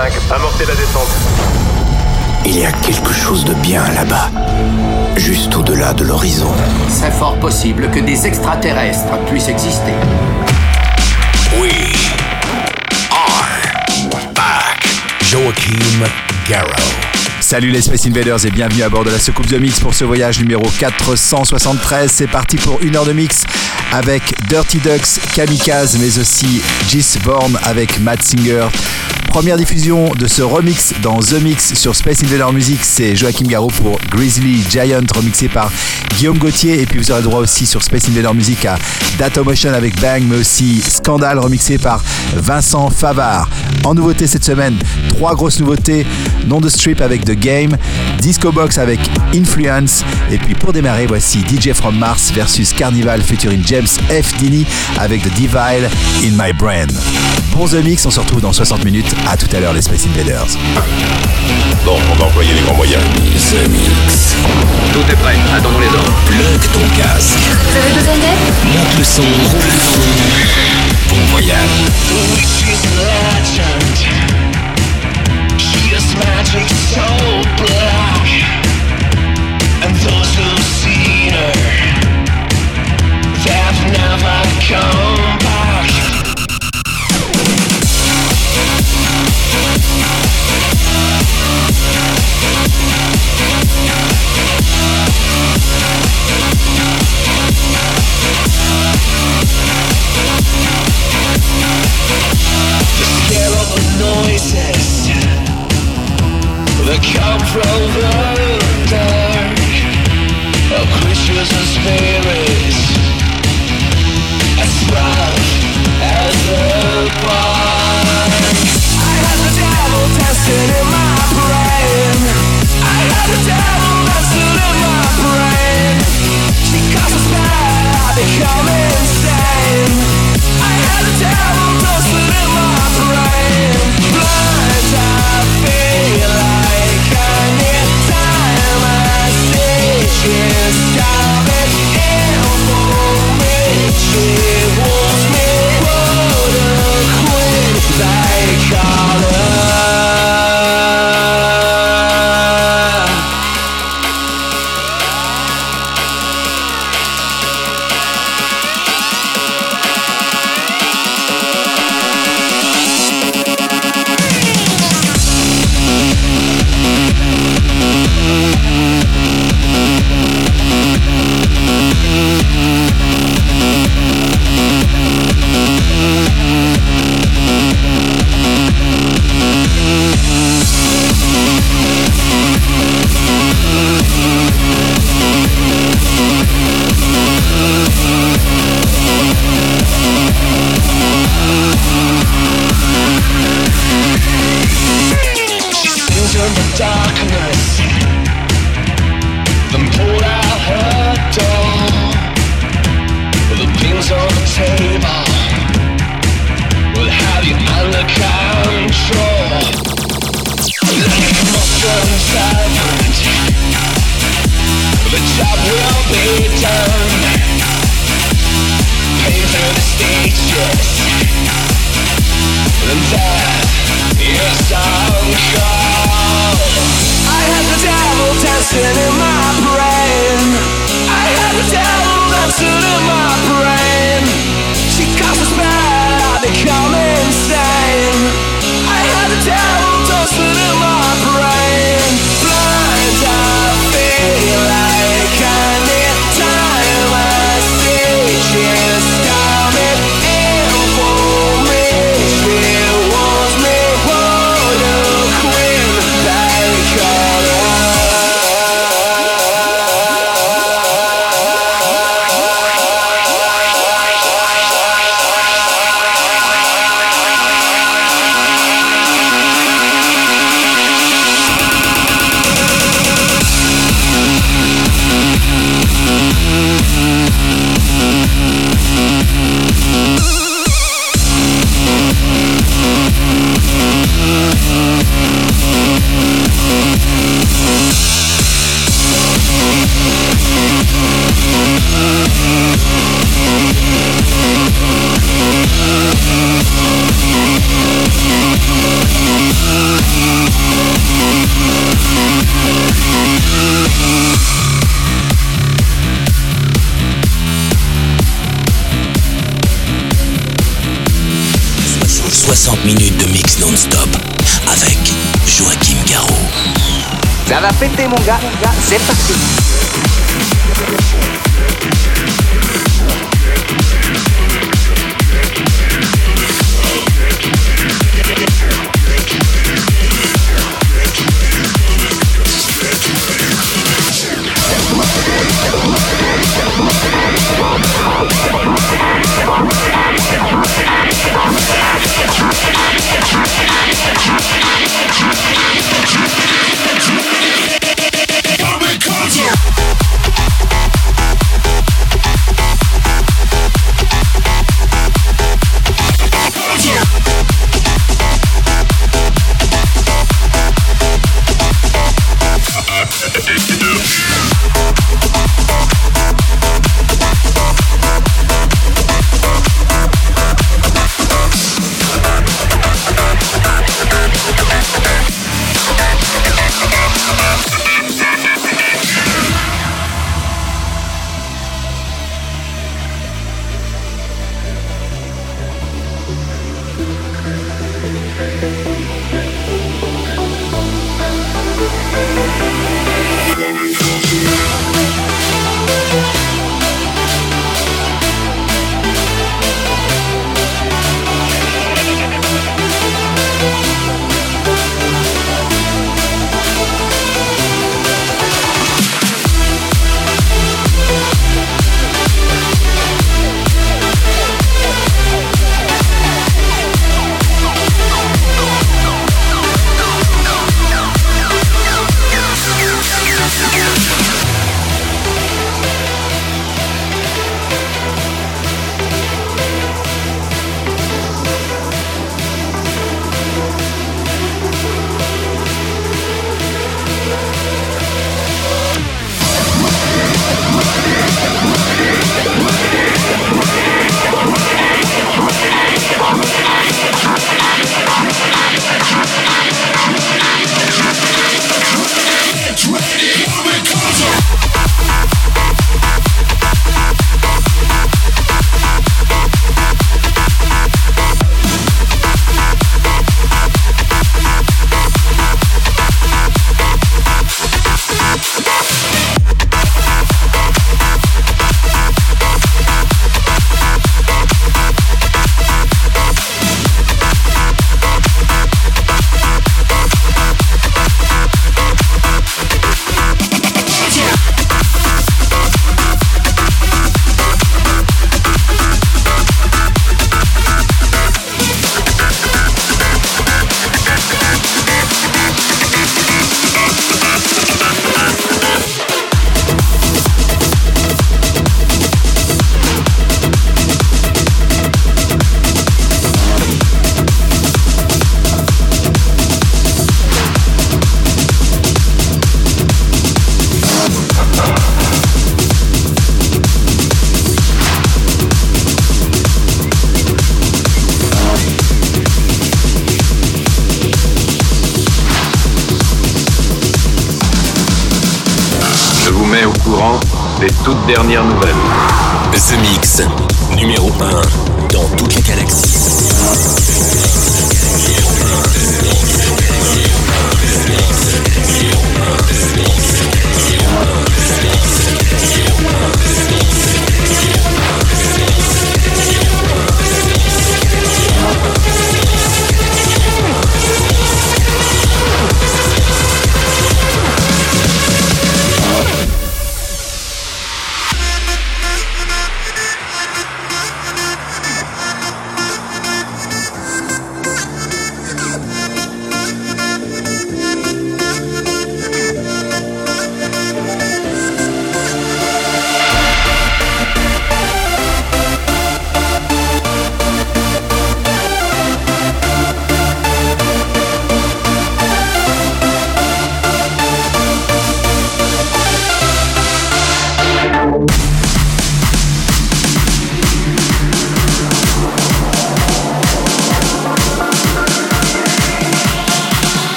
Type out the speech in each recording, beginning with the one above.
5, amorcez la descente. Il y a quelque chose de bien là-bas, juste au-delà de l'horizon. C'est fort possible que des extraterrestres puissent exister. We are back. Joachim Garraud. Salut les Space Invaders et bienvenue à bord de la soucoupe The Mix pour ce voyage numéro 473. C'est parti pour une heure de mix avec Dirty Ducks, Kamikaze, mais aussi Gis Vorn avec Matt Singer. Première diffusion de ce remix dans The Mix sur Space Invader Music, c'est Joachim Garraud pour Grizzly Giant remixé par Guillaume Gauthier. Et puis vous aurez droit aussi sur Space Invader Music à Data Motion avec Bang, mais aussi Scandale remixé par Vincent Favard. En nouveauté cette semaine, 3 grosses nouveautés: Non de Strip avec The Game, Disco Box avec Influence, et puis pour démarrer, voici DJ From Mars versus Carnival featuring James F. Dini avec The Devil in My Brain. Bon The Mix, on se retrouve dans 60 minutes. À tout à l'heure les Space Invaders. Bon, on va employer les grands moyens. The Mix. Tout est prêt, attendons les ordres. Plug ton casque. Vous avez besoin d'aide? Monte le son, roule le son. Bon voyage. That come from 60 minutes de mix non-stop avec Joachim Garraud. Ça va péter mon gars, c'est parti. des toutes dernières nouvelles. The Mix, numéro 1 dans toute la galaxie.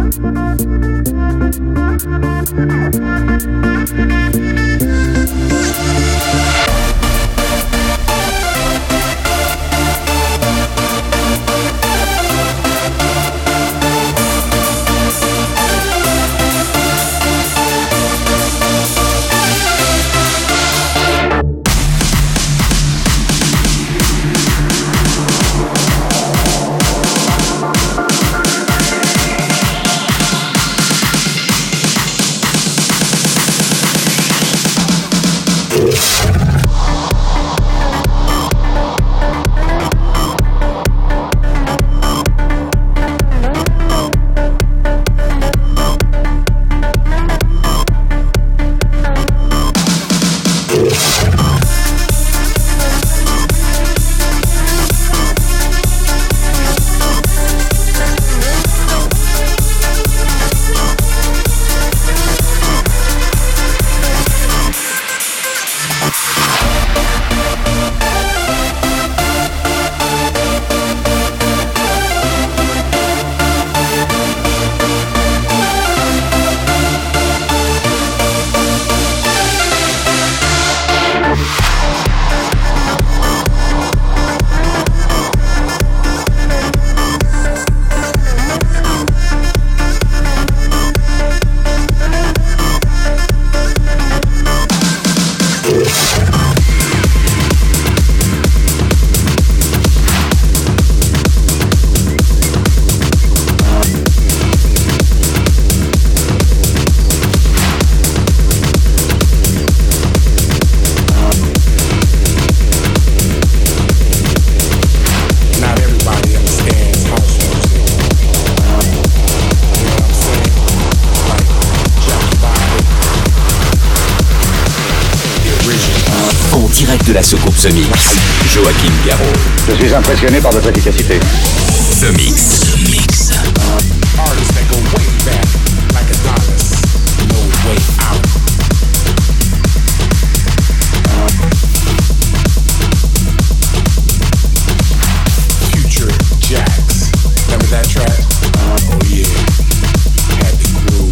De la soucoupe The Mix, Joachim Garraud. Je suis impressionné par votre efficacité. The Mix. The Mix. Artists that go way back, like Adonis, no way out. Future Jacks, remember that track? Oh yeah, had the groove.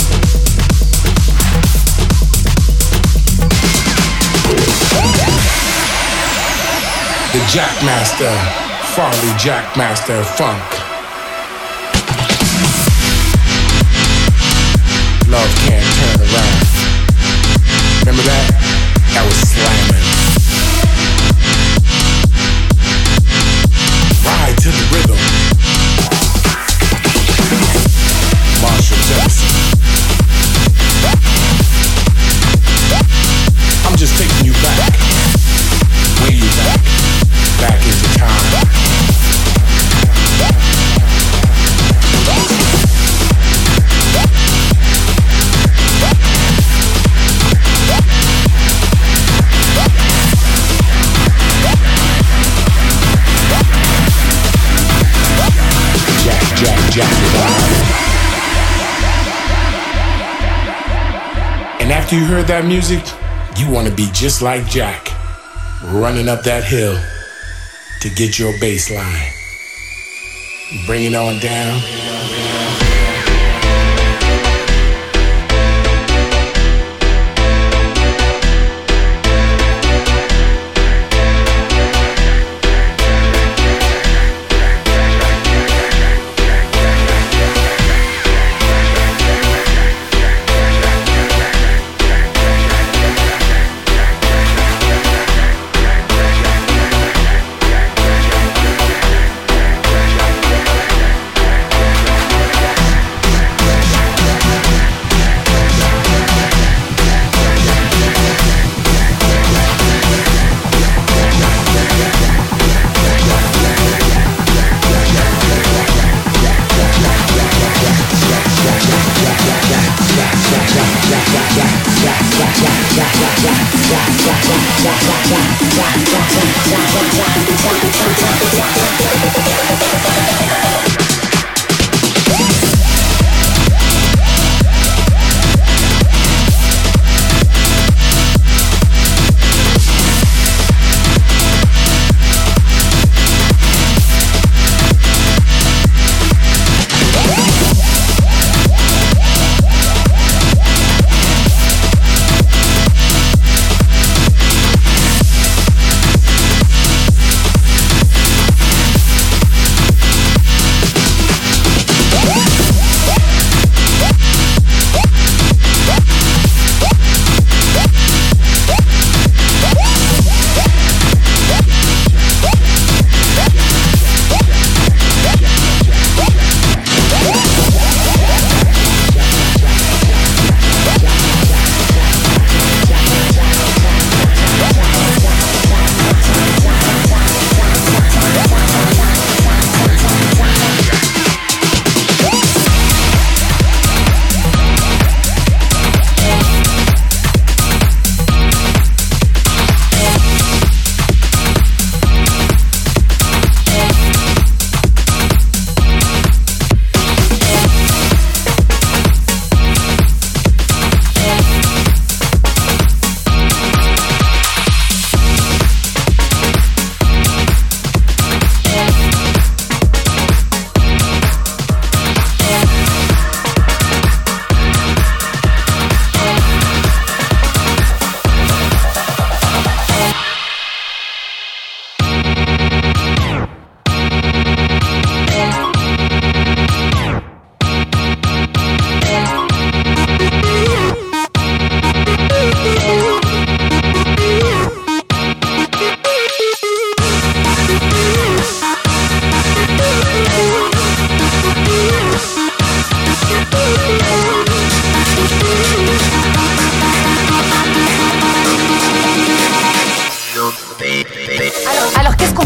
The Jackmaster, Farley Jackmaster Funk. Love can't turn around. Remember that? That was slamming. Ride to the rhythm. Marshall Jefferson. I'm just taking you back. Way back. Back into time. Jack. And after you heard that music, you want to be just like Jack, running up that hill to get your bass line. Bring it on down.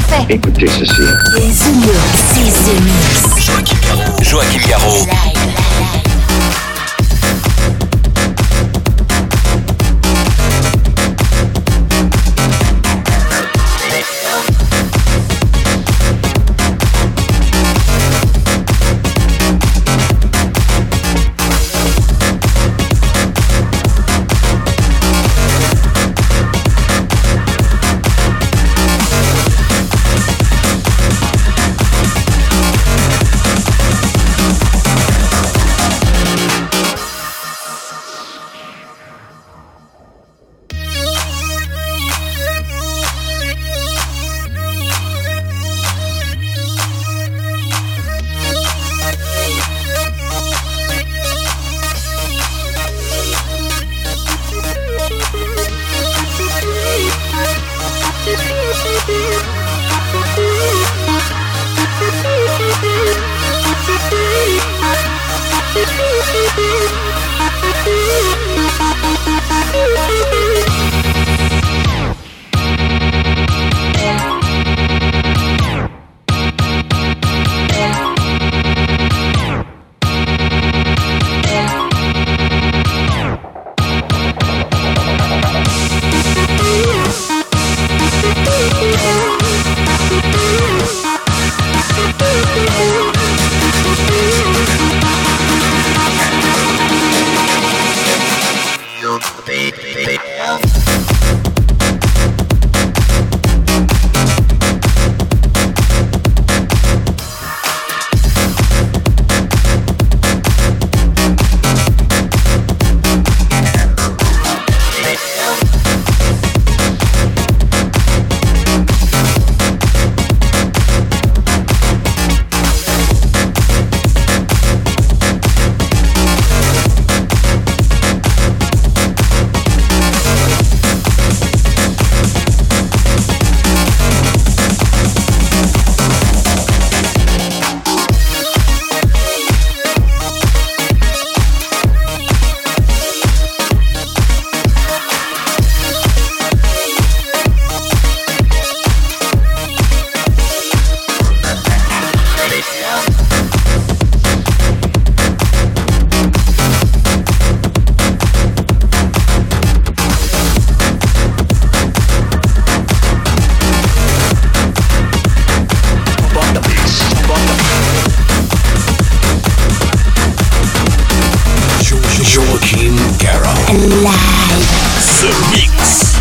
parfait. Écoutez ceci. C'est The Mix. Joachim Garraud. Joachim Garraud. Live. The Mix.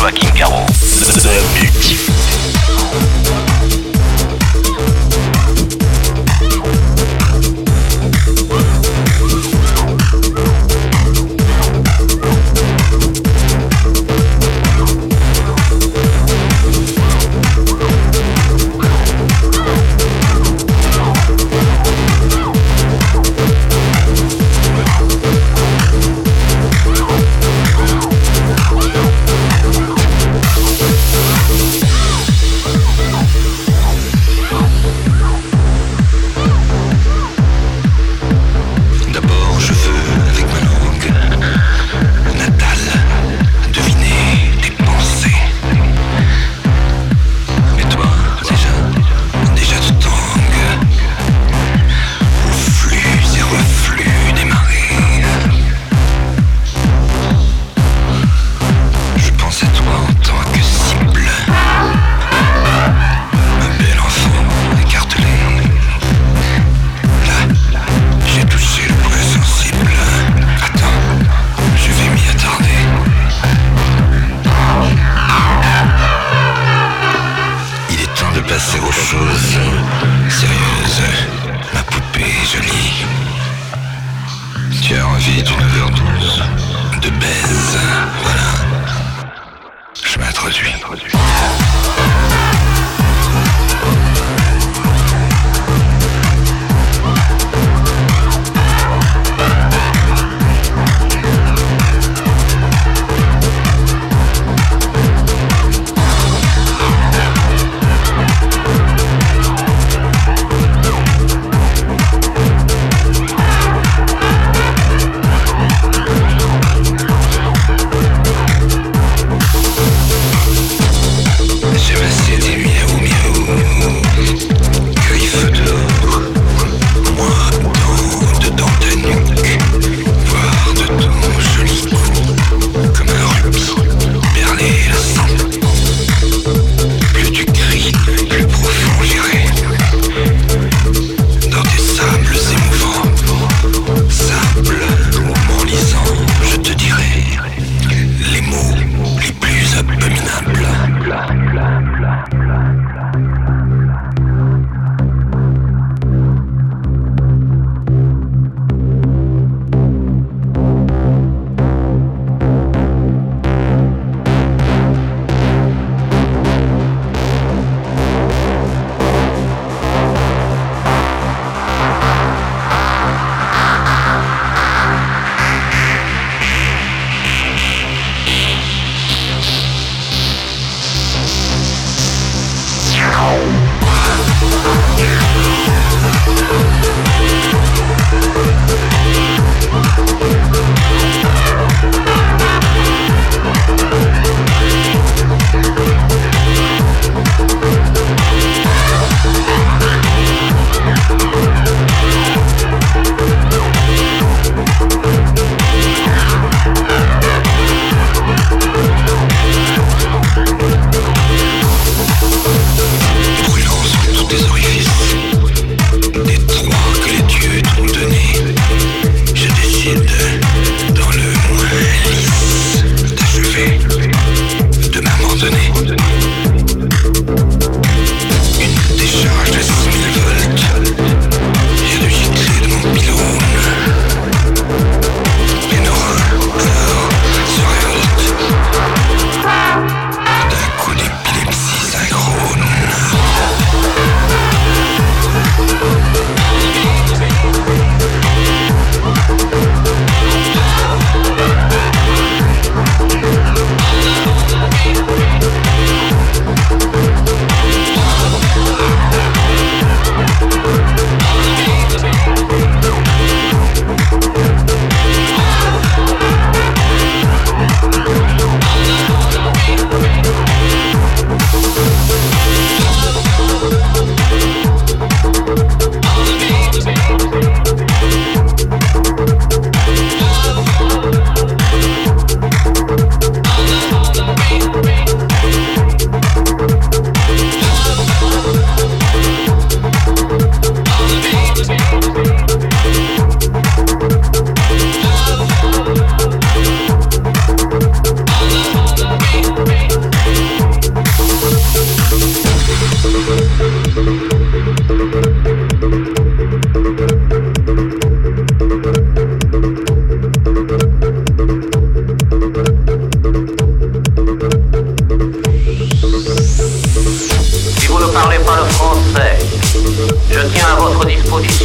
Joachim Garraud. The Mix.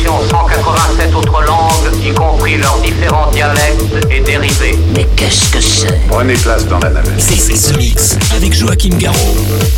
traduction 187 autres langues, y compris leurs différents dialectes et dérivés. Mais qu'est-ce que c'est? Prenez place dans la navette. C'est The Mix avec Joachim Garraud.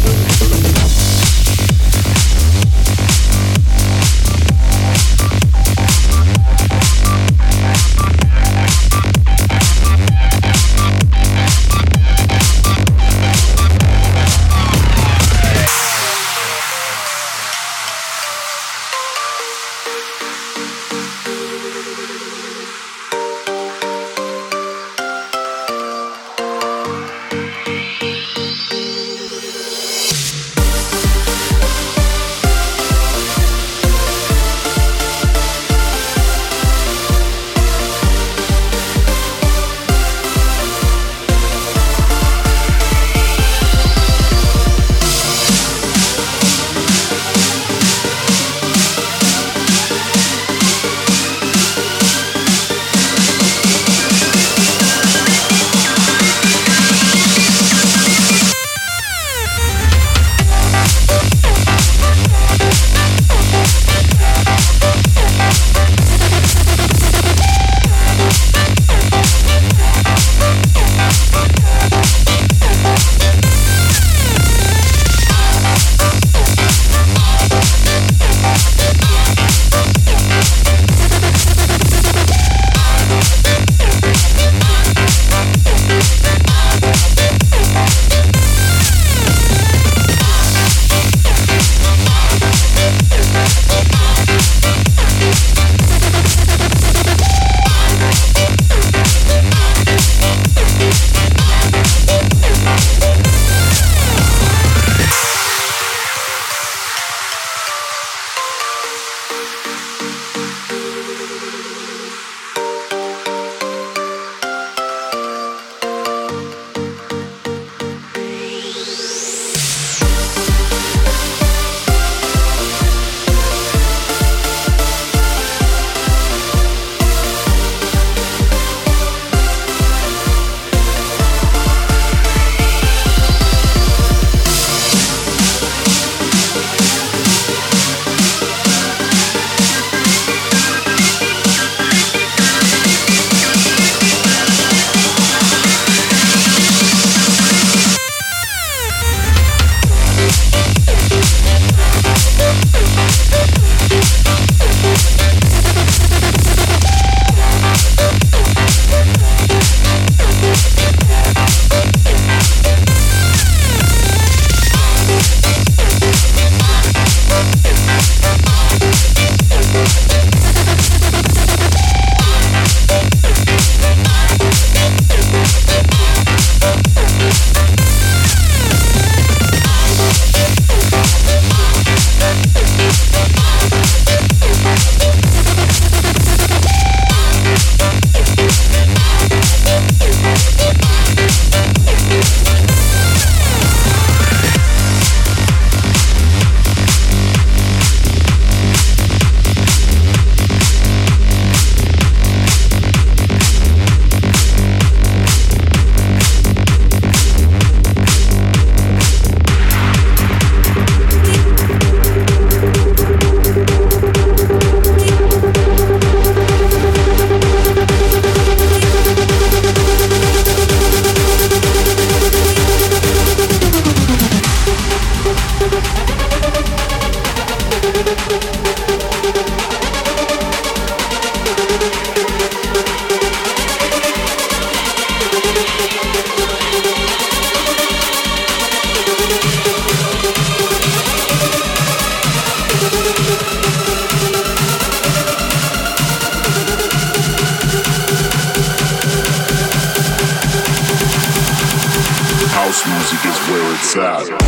House music is where it's at.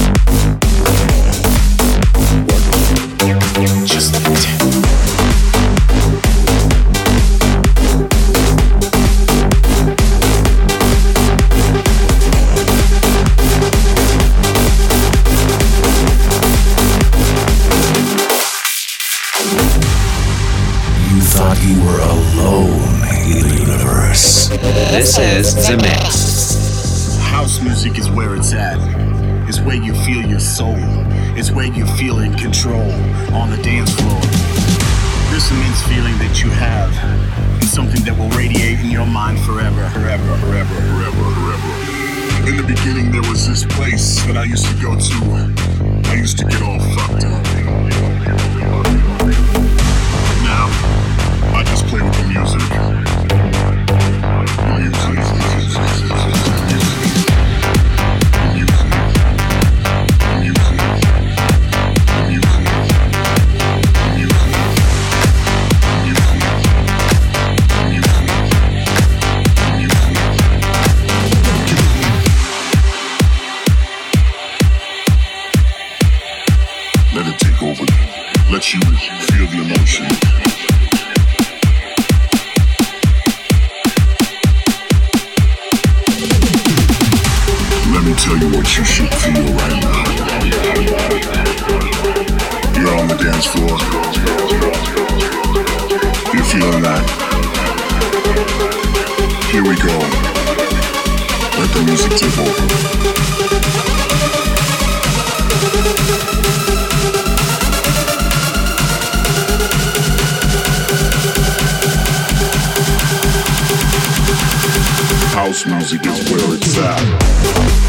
Just like that. you were alone in the universe. This is The Mix. House music is where it's at. It's where you feel your soul. It's where you feel in control on the dance floor. This immense feeling that you have is something that will radiate in your mind forever, forever, forever, forever, forever. In the beginning, there was this place that I used to go to. I used to get all fucked up. Now, I just play with the music. Let it take over. Let you feel the emotion. Let me tell you what you should feel right now. You're on the dance floor. You're feeling that. Here we go. Let the music take over. House music is where it's at.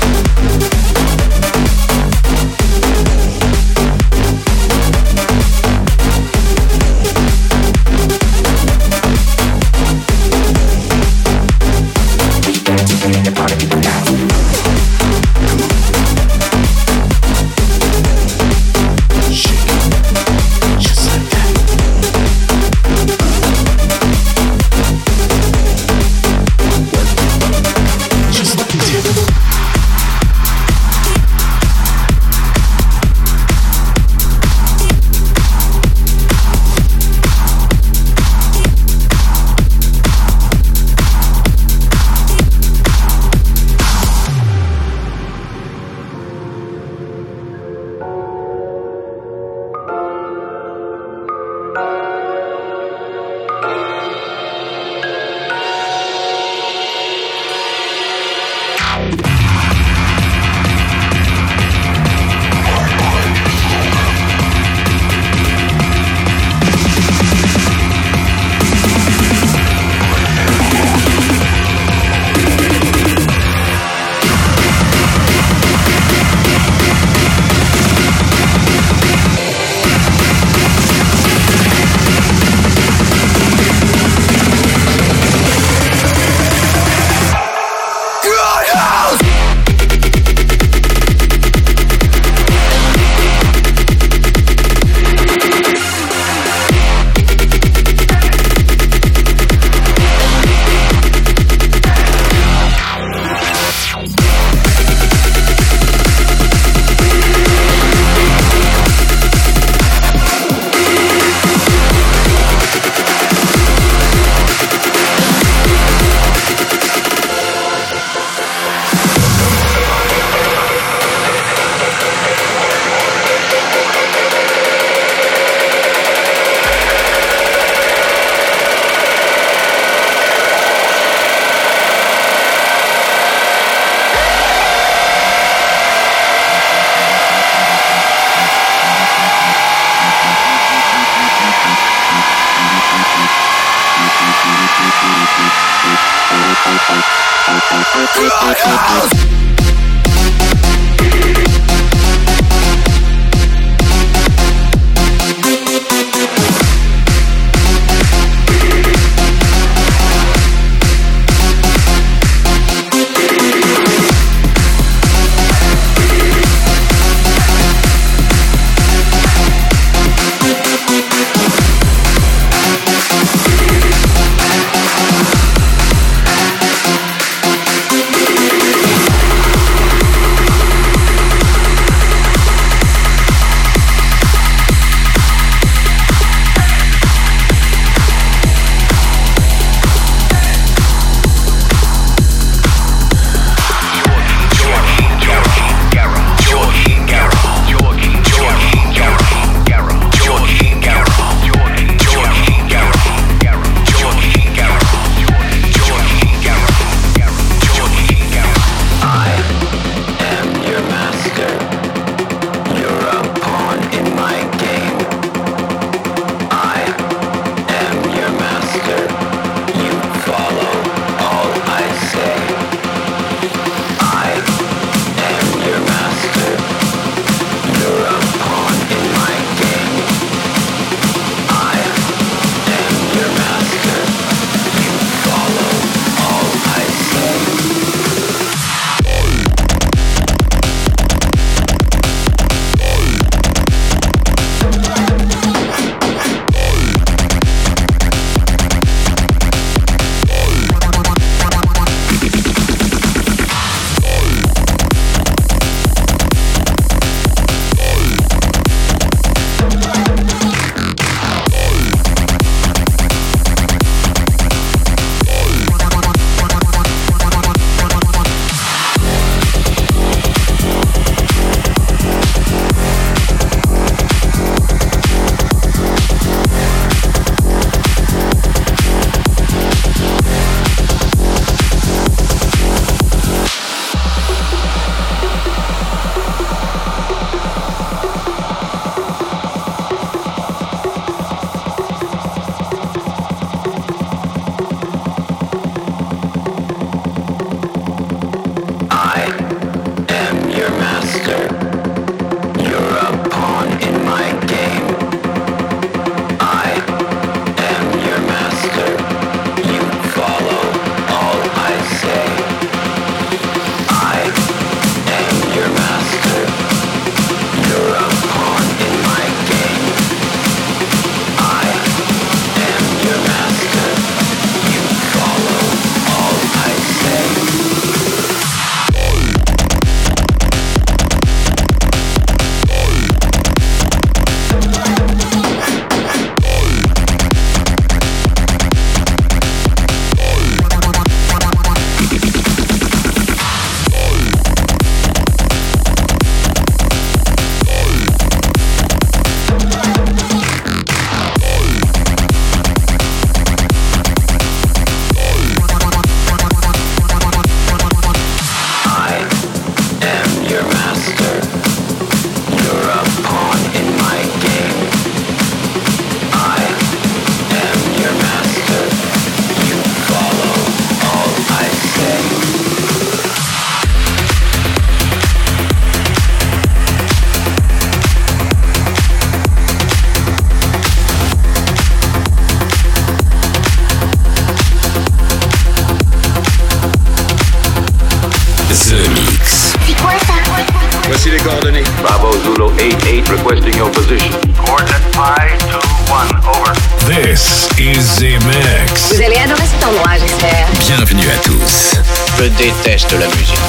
Voici les coordonnées. Bravo Zulu 88 requesting your position. Coordinate 521, over. This is The Mix. Vous allez adorer cet endroit, j'espère. Bienvenue à tous. Je déteste la musique.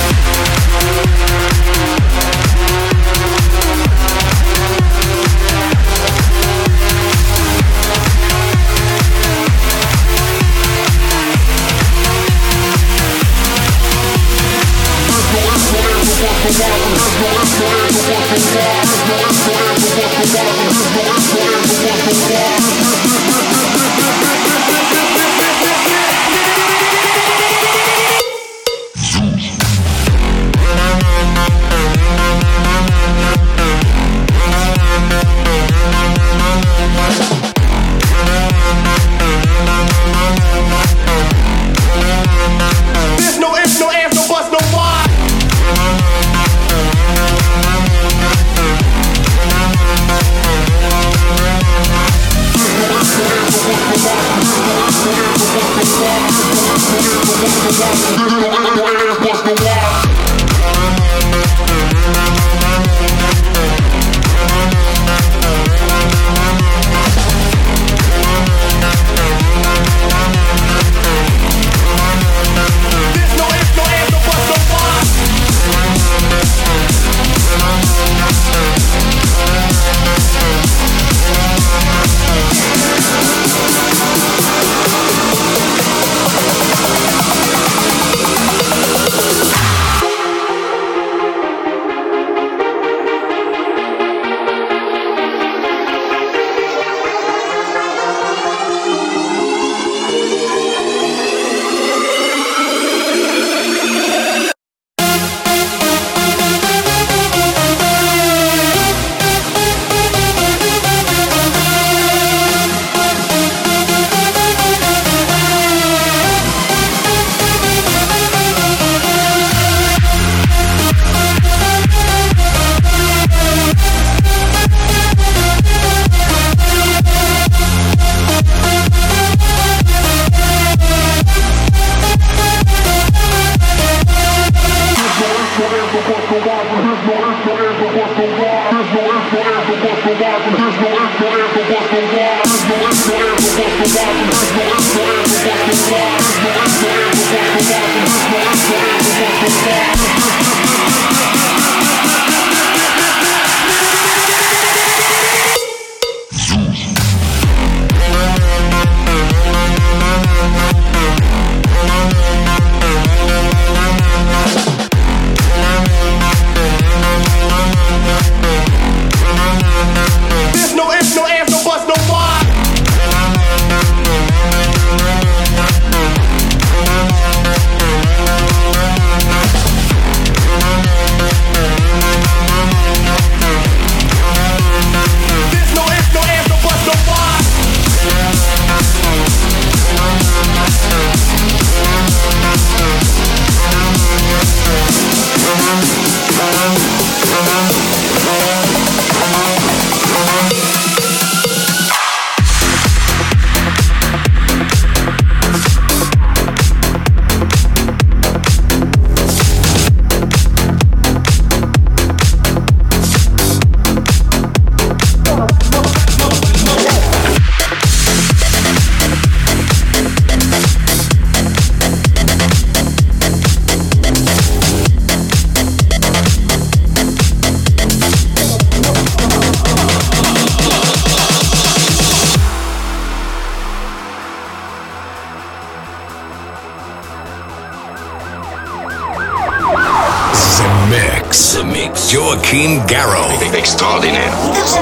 The Mix. Joachim Garraud. Extraordinaire.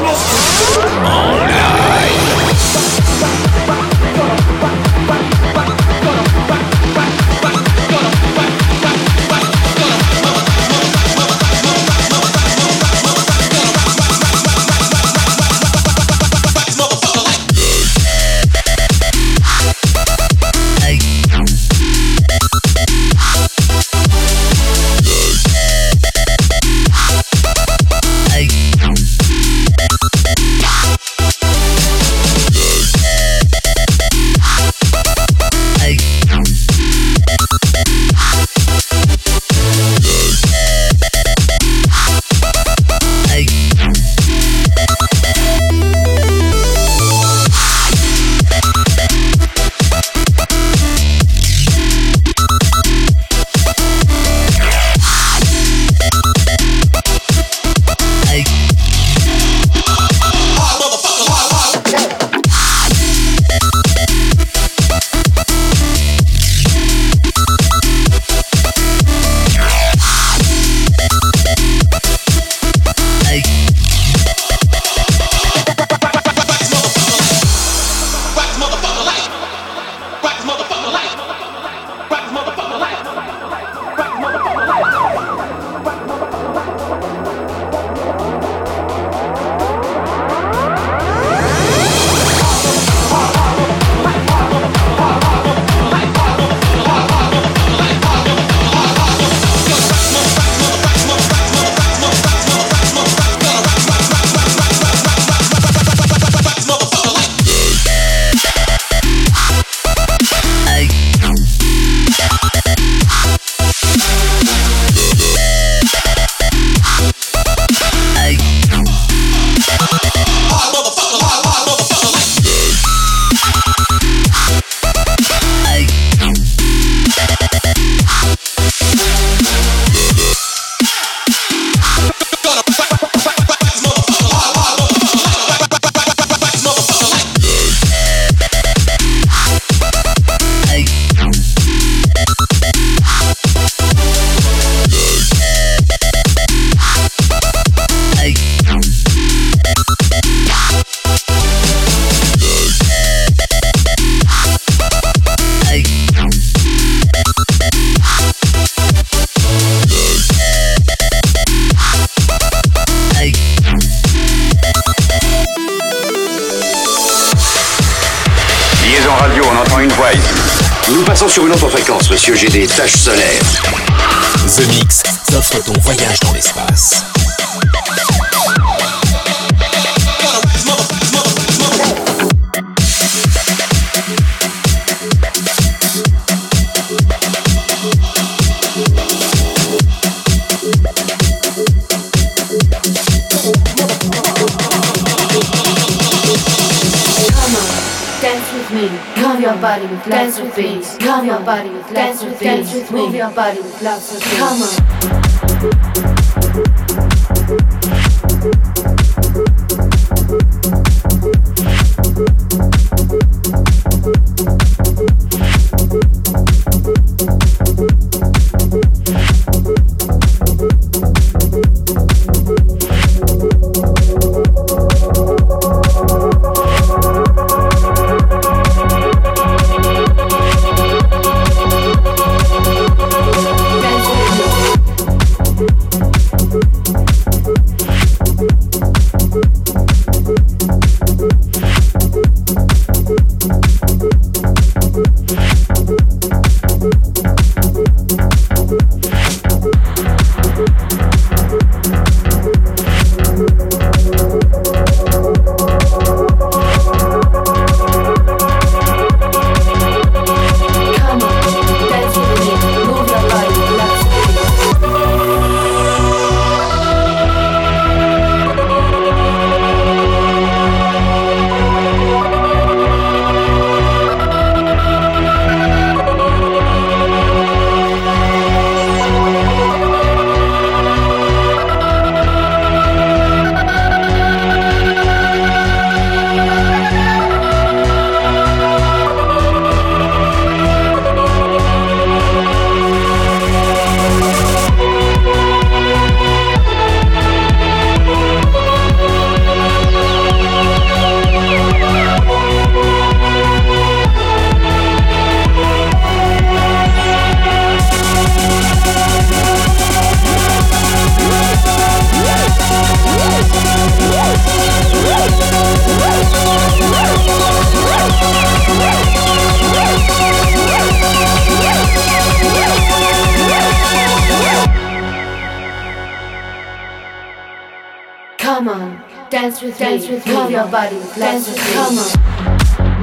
En live. une voix. Nous passons sur une autre fréquence, monsieur, j'ai des taches solaires. The Mix t'offre ton voyage dans l'espace. Calm your body with lots of bass. Calm your body with lots of bass. Move your body with lots of bass. Come on. Come on, dance with me. Move your body with lots of bass. Come on.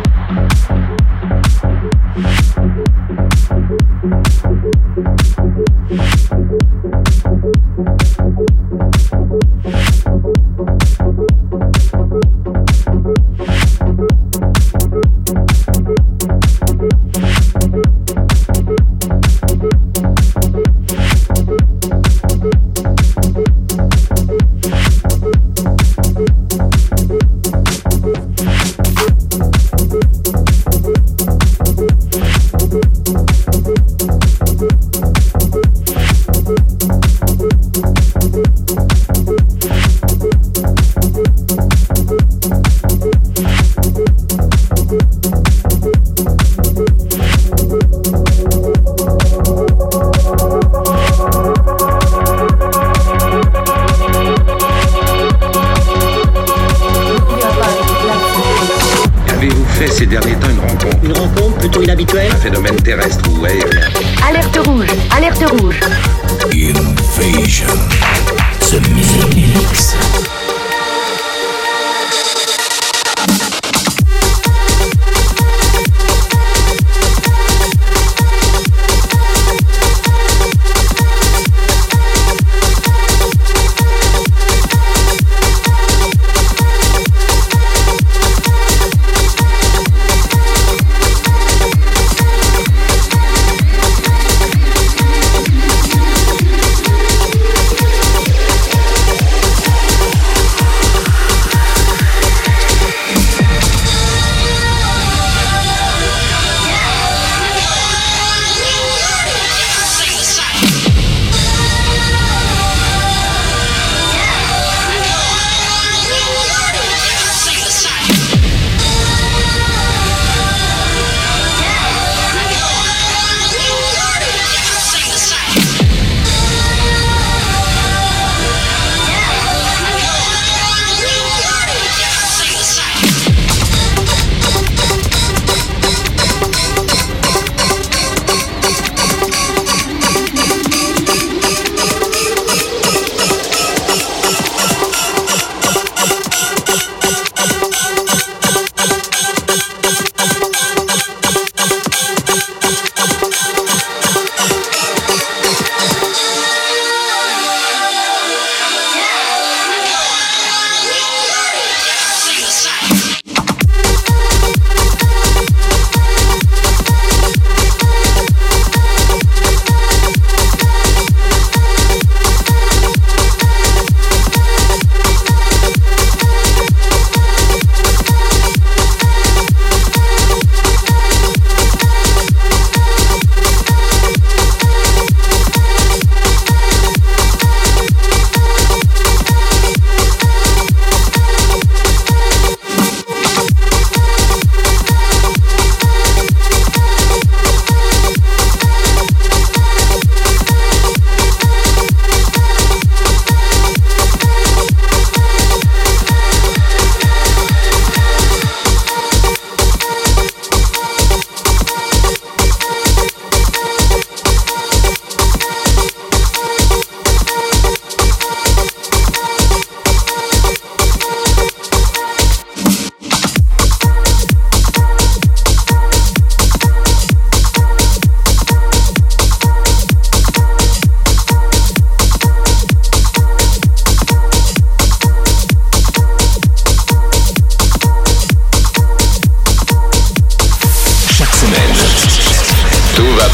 Ces derniers temps, une rencontre. Une rencontre plutôt inhabituelle. Un phénomène terrestre ou aérien. Alerte rouge, alerte rouge. Invasion. The Mix.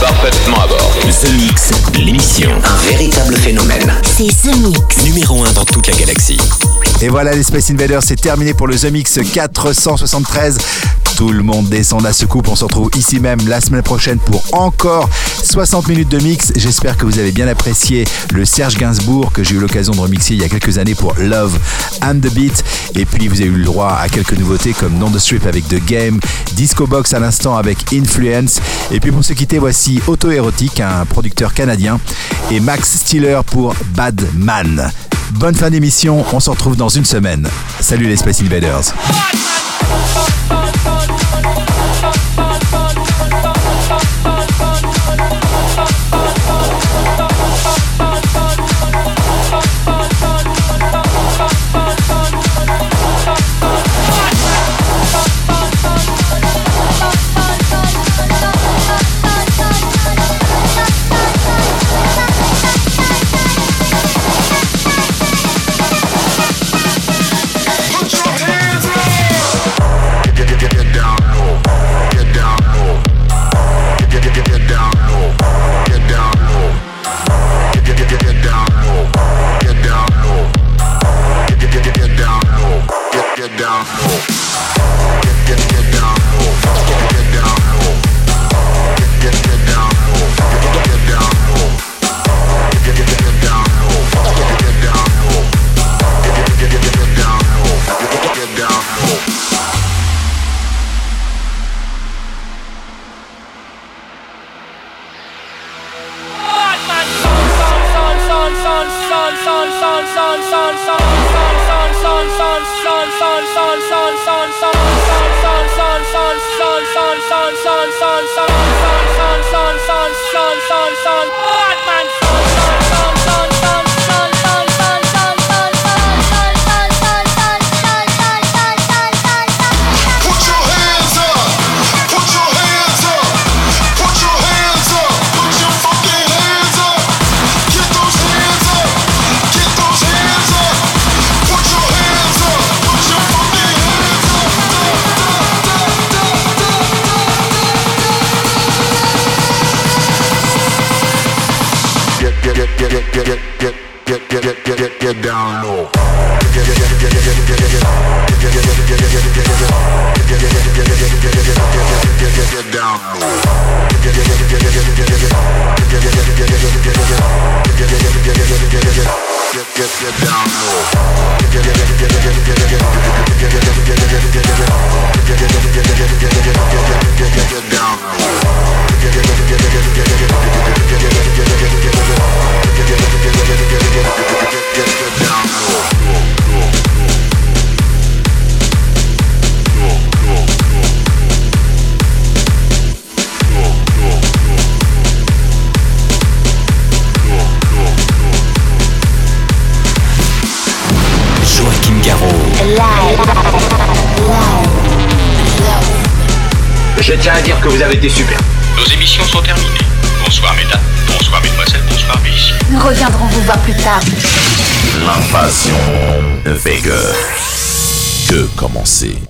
parfaitement à bord. The Mix, l'émission. Un véritable phénomène. C'est The Mix. Numéro 1 dans toute la galaxie. Et voilà, les Space Invaders, c'est terminé pour le The Mix 473. Tout le monde descend à ce coupe. On se retrouve ici même la semaine prochaine pour encore 60 minutes de mix. J'espère que vous avez bien apprécié le Serge Gainsbourg que j'ai eu l'occasion de remixer il y a quelques années pour Love and the Beat. Et puis vous avez eu le droit à quelques nouveautés comme Non The Strip avec The Game, Disco Box à l'instant avec Influence. Et puis pour se quitter, voici Auto Érotique, un producteur canadien, et Max Stiller pour Bad Man. Bonne fin d'émission, on se retrouve dans une semaine. Salut les Space Invaders. Get down low. Je tiens à dire que vous avez été super. Nos émissions sont terminées. Bonsoir mesdames, bonsoir mesdemoiselles, bonsoir messieurs. Nous reviendrons vous voir plus tard. L'invasion Vega. Que commencer.